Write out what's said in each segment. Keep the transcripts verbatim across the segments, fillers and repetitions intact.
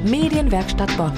Medienwerkstatt Bonn.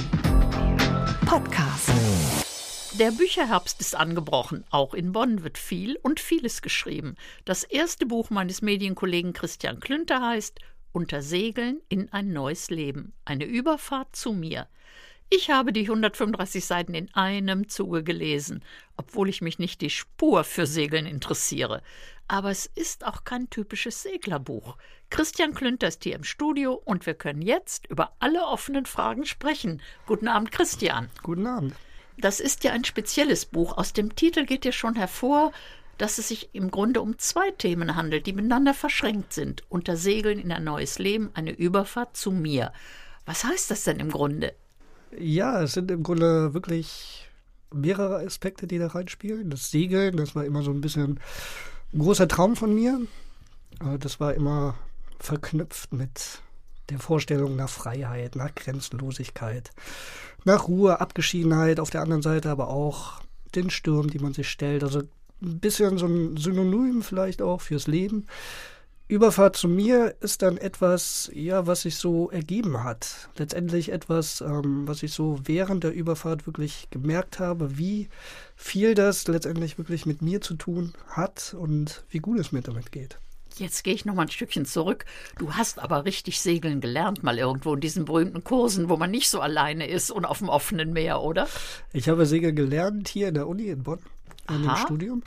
Podcast. Der Bücherherbst ist angebrochen. Auch in Bonn wird viel und vieles geschrieben. Das erste Buch meines Medienkollegen Christian Klünter heißt »Unter Segeln in ein neues Leben. Eine Überfahrt zu mir«. Ich habe die hundertfünfunddreißig Seiten in einem Zuge gelesen, obwohl ich mich nicht die Spur für Segeln interessiere. Aber es ist auch kein typisches Seglerbuch. Christian Klünter ist hier im Studio und wir können jetzt über alle offenen Fragen sprechen. Guten Abend, Christian. Guten Abend. Das ist ja ein spezielles Buch. Aus dem Titel geht ja schon hervor, dass es sich im Grunde um zwei Themen handelt, die miteinander verschränkt sind. Unter Segeln in ein neues Leben, eine Überfahrt zu mir. Was heißt das denn im Grunde? Ja, es sind im Grunde wirklich mehrere Aspekte, die da reinspielen. Das Segeln, das war immer so ein bisschen ein großer Traum von mir. Das war immer verknüpft mit der Vorstellung nach Freiheit, nach Grenzenlosigkeit, nach Ruhe, Abgeschiedenheit, auf der anderen Seite aber auch den Stürmen, die man sich stellt. Also ein bisschen so ein Synonym vielleicht auch fürs Leben. Überfahrt zu mir ist dann etwas, ja, was sich so ergeben hat. Letztendlich etwas, ähm, was ich so während der Überfahrt wirklich gemerkt habe, wie viel das letztendlich wirklich mit mir zu tun hat und wie gut es mir damit geht. Jetzt gehe ich noch mal ein Stückchen zurück. Du hast aber richtig segeln gelernt, mal irgendwo in diesen berühmten Kursen, wo man nicht so alleine ist und auf dem offenen Meer, oder? Ich habe Segeln gelernt hier in der Uni in Bonn, in dem Studium.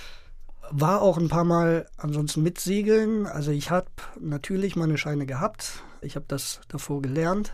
War auch ein paar Mal ansonsten mit Segeln. Also ich habe natürlich meine Scheine gehabt. Ich habe das davor gelernt.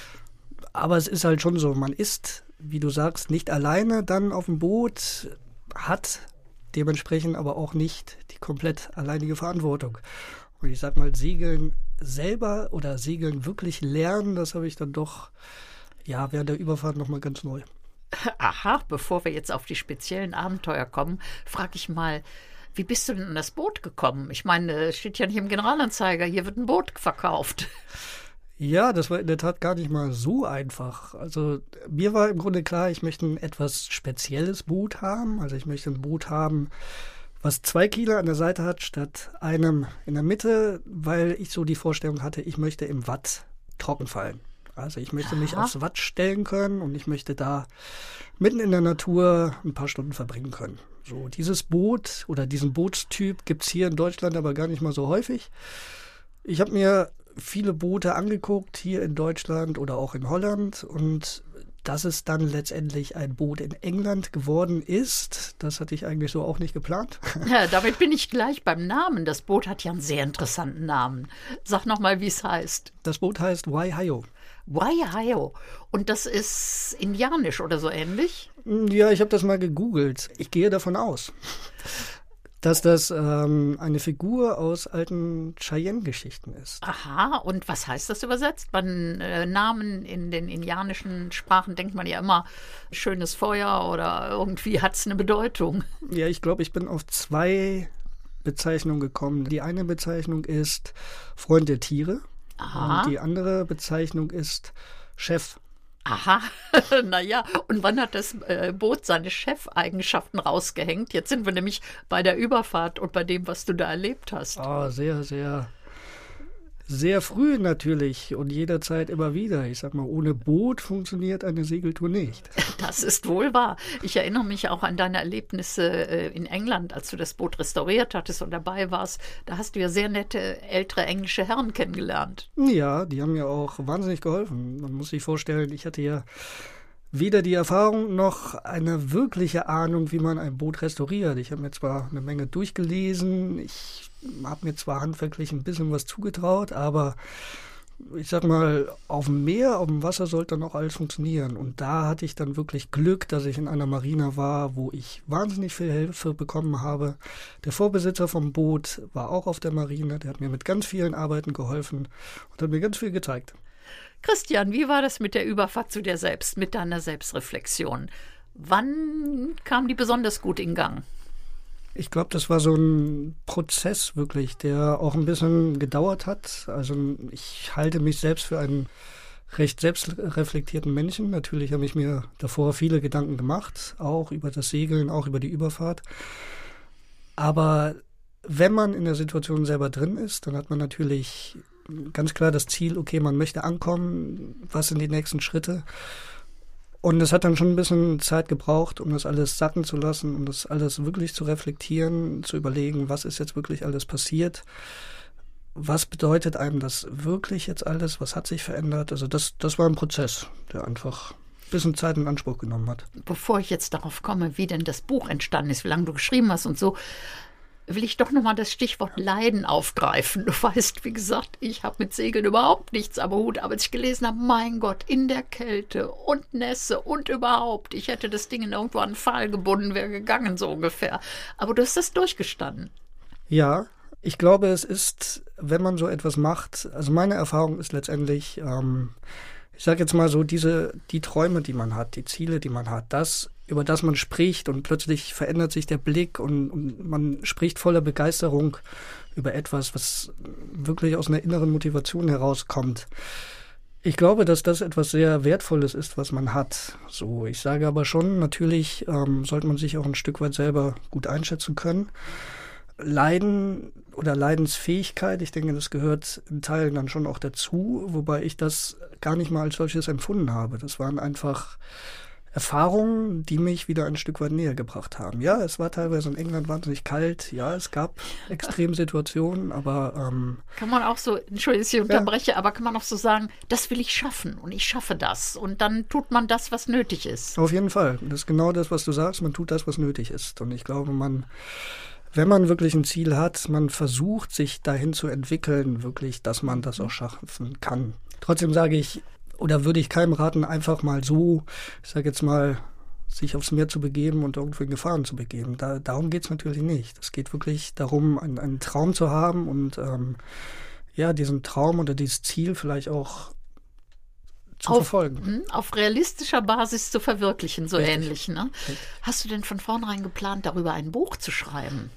Aber es ist halt schon so, man ist, wie du sagst, nicht alleine dann auf dem Boot, hat dementsprechend aber auch nicht die komplett alleinige Verantwortung. Und ich sag mal, Segeln selber oder Segeln wirklich lernen, das habe ich dann doch ja während der Überfahrt nochmal ganz neu. Aha, bevor wir jetzt auf die speziellen Abenteuer kommen, frage ich mal, wie bist du denn an das Boot gekommen? Ich meine, steht ja nicht im Generalanzeiger, hier wird ein Boot verkauft. Ja, das war in der Tat gar nicht mal so einfach. Also mir war im Grunde klar, ich möchte ein etwas spezielles Boot haben. Also ich möchte ein Boot haben, was zwei Kieler an der Seite hat, statt einem in der Mitte, weil ich so die Vorstellung hatte, ich möchte im Watt trocken fallen. Also ich möchte mich Aha. aufs Watt stellen können und ich möchte da mitten in der Natur ein paar Stunden verbringen können. So, dieses Boot oder diesen Bootstyp gibt es hier in Deutschland aber gar nicht mal so häufig. Ich habe mir viele Boote angeguckt, hier in Deutschland oder auch in Holland. Und dass es dann letztendlich ein Boot in England geworden ist, das hatte ich eigentlich so auch nicht geplant. Ja, damit bin ich gleich beim Namen. Das Boot hat ja einen sehr interessanten Namen. Sag nochmal, wie es heißt. Das Boot heißt Waihaio. Waihaio. Und das ist indianisch oder so ähnlich? Ja, ich habe das mal gegoogelt. Ich gehe davon aus, dass das ähm, eine Figur aus alten Cheyenne-Geschichten ist. Aha, und was heißt das übersetzt? Bei äh, Namen in den indianischen Sprachen denkt man ja immer schönes Feuer oder irgendwie hat es eine Bedeutung. Ja, ich glaube, ich bin auf zwei Bezeichnungen gekommen. Die eine Bezeichnung ist Freund der Tiere. Aha. Und die andere Bezeichnung ist Chef. Aha, naja, und wann hat das äh, Boot seine Chefeigenschaften rausgehängt? Jetzt sind wir nämlich bei der Überfahrt und bei dem, was du da erlebt hast. Oh, sehr, sehr, sehr früh natürlich und jederzeit immer wieder. Ich sag mal, ohne Boot funktioniert eine Segeltour nicht. Das ist wohl wahr. Ich erinnere mich auch an deine Erlebnisse in England, als du das Boot restauriert hattest und dabei warst. Da hast du ja sehr nette, ältere englische Herren kennengelernt. Ja, die haben mir auch wahnsinnig geholfen. Man muss sich vorstellen, ich hatte ja weder die Erfahrung noch eine wirkliche Ahnung, wie man ein Boot restauriert. Ich habe mir zwar eine Menge durchgelesen, ich habe mir zwar handwerklich ein bisschen was zugetraut, aber ich sag mal, auf dem Meer, auf dem Wasser sollte dann auch alles funktionieren. Und da hatte ich dann wirklich Glück, dass ich in einer Marina war, wo ich wahnsinnig viel Hilfe bekommen habe. Der Vorbesitzer vom Boot war auch auf der Marina, der hat mir mit ganz vielen Arbeiten geholfen und hat mir ganz viel gezeigt. Christian, wie war das mit der Überfahrt zu dir selbst, mit deiner Selbstreflexion? Wann kam die besonders gut in Gang? Ich glaube, das war so ein Prozess wirklich, der auch ein bisschen gedauert hat. Also ich halte mich selbst für einen recht selbstreflektierten Menschen. Natürlich habe ich mir davor viele Gedanken gemacht, auch über das Segeln, auch über die Überfahrt. Aber wenn man in der Situation selber drin ist, dann hat man natürlich ganz klar das Ziel, okay, man möchte ankommen, was sind die nächsten Schritte? Und es hat dann schon ein bisschen Zeit gebraucht, um das alles sacken zu lassen, um das alles wirklich zu reflektieren, zu überlegen, was ist jetzt wirklich alles passiert, was bedeutet einem das wirklich jetzt alles, was hat sich verändert. Also das, das war ein Prozess, der einfach ein bisschen Zeit in Anspruch genommen hat. Bevor ich jetzt darauf komme, wie denn das Buch entstanden ist, wie lange du geschrieben hast und so, will ich doch nochmal das Stichwort Leiden aufgreifen. Du weißt, wie gesagt, ich habe mit Segeln überhaupt nichts am Hut, aber als ich gelesen habe, mein Gott, in der Kälte und Nässe und überhaupt, ich hätte das Ding in irgendwo an den Pfahl gebunden, wäre gegangen, so ungefähr. Aber du hast das durchgestanden. Ja, ich glaube, es ist, wenn man so etwas macht, also meine Erfahrung ist letztendlich, ähm, ich sage jetzt mal so, diese, die Träume, die man hat, die Ziele, die man hat, das, über das man spricht und plötzlich verändert sich der Blick und, und man spricht voller Begeisterung über etwas, was wirklich aus einer inneren Motivation herauskommt. Ich glaube, dass das etwas sehr Wertvolles ist, was man hat. So, ich sage aber schon, natürlich ähm, sollte man sich auch ein Stück weit selber gut einschätzen können. Leiden oder Leidensfähigkeit, ich denke, das gehört in Teilen dann schon auch dazu, wobei ich das gar nicht mal als solches empfunden habe. Das waren einfach Erfahrungen, die mich wieder ein Stück weit näher gebracht haben. Ja, es war teilweise in England wahnsinnig kalt, ja, es gab Extremsituationen, aber ähm, kann man auch so, Entschuldigung, dass ich unterbreche, ja. aber kann man auch so sagen, das will ich schaffen und ich schaffe das und dann tut man das, was nötig ist. Auf jeden Fall, das ist genau das, was du sagst, man tut das, was nötig ist und ich glaube, man wenn man wirklich ein Ziel hat, man versucht, sich dahin zu entwickeln, wirklich, dass man das auch schaffen kann. Trotzdem sage ich, oder würde ich keinem raten, einfach mal so, ich sage jetzt mal, sich aufs Meer zu begeben und irgendwo in Gefahren zu begeben. Da, darum geht es natürlich nicht. Es geht wirklich darum, einen, einen Traum zu haben und ähm, ja, diesen Traum oder dieses Ziel vielleicht auch zu auf, verfolgen. Auf realistischer Basis zu verwirklichen, so Richtig. ähnlich. Ne? Hast du denn von vornherein geplant, darüber ein Buch zu schreiben?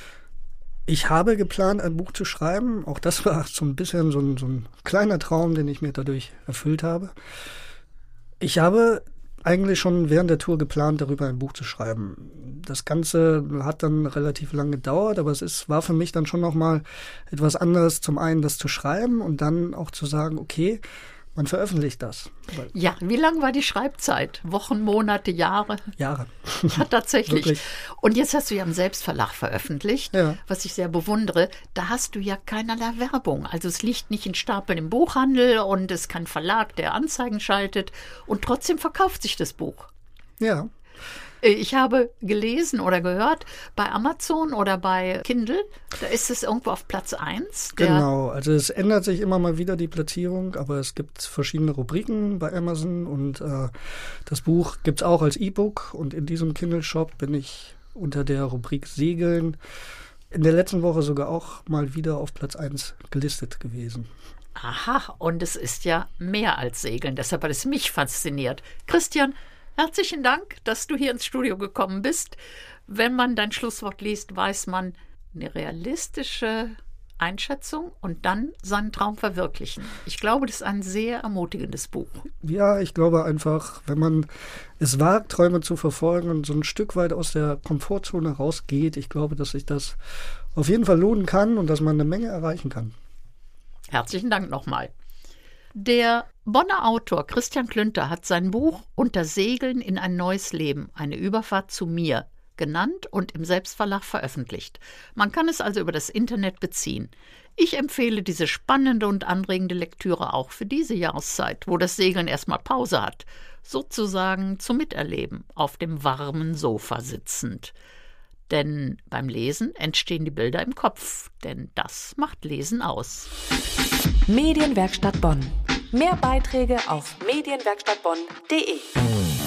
Ich habe geplant, ein Buch zu schreiben. Auch das war so ein bisschen so ein, so ein kleiner Traum, den ich mir dadurch erfüllt habe. Ich habe eigentlich schon während der Tour geplant, darüber ein Buch zu schreiben. Das Ganze hat dann relativ lange gedauert, aber es ist, war für mich dann schon nochmal etwas anderes, zum einen das zu schreiben und dann auch zu sagen, okay, man veröffentlicht das. Ja, wie lang war die Schreibzeit? Wochen, Monate, Jahre? Jahre. Ja, tatsächlich. Wirklich. Und jetzt hast du ja im Selbstverlag veröffentlicht, Ja. was ich sehr bewundere. Da hast du ja keinerlei Werbung. Also es liegt nicht in Stapeln im Buchhandel und es ist kein Verlag, der Anzeigen schaltet. Und trotzdem verkauft sich das Buch. Ja. Ich habe gelesen oder gehört, bei Amazon oder bei Kindle, da ist es irgendwo auf Platz eins. Genau, also es ändert sich immer mal wieder die Platzierung, aber es gibt verschiedene Rubriken bei Amazon und äh, das Buch gibt es auch als E-Book und in diesem Kindle-Shop bin ich unter der Rubrik Segeln in der letzten Woche sogar auch mal wieder auf Platz eins gelistet gewesen. Aha, und es ist ja mehr als Segeln, deshalb hat es mich fasziniert. Christian, herzlichen Dank, dass du hier ins Studio gekommen bist. Wenn man dein Schlusswort liest, weiß man, eine realistische Einschätzung und dann seinen Traum verwirklichen. Ich glaube, das ist ein sehr ermutigendes Buch. Ja, ich glaube einfach, wenn man es wagt, Träume zu verfolgen und so ein Stück weit aus der Komfortzone rausgeht, ich glaube, dass sich das auf jeden Fall lohnen kann und dass man eine Menge erreichen kann. Herzlichen Dank nochmal. Der Bonner Autor Christian Klünter hat sein Buch Unter Segeln in ein neues Leben, eine Überfahrt zu mir, genannt und im Selbstverlag veröffentlicht. Man kann es also über das Internet beziehen. Ich empfehle diese spannende und anregende Lektüre auch für diese Jahreszeit, wo das Segeln erstmal Pause hat, sozusagen zum Miterleben, auf dem warmen Sofa sitzend. Denn beim Lesen entstehen die Bilder im Kopf, denn das macht Lesen aus. Medienwerkstatt Bonn. Mehr Beiträge auf medienwerkstattbonn punkt de.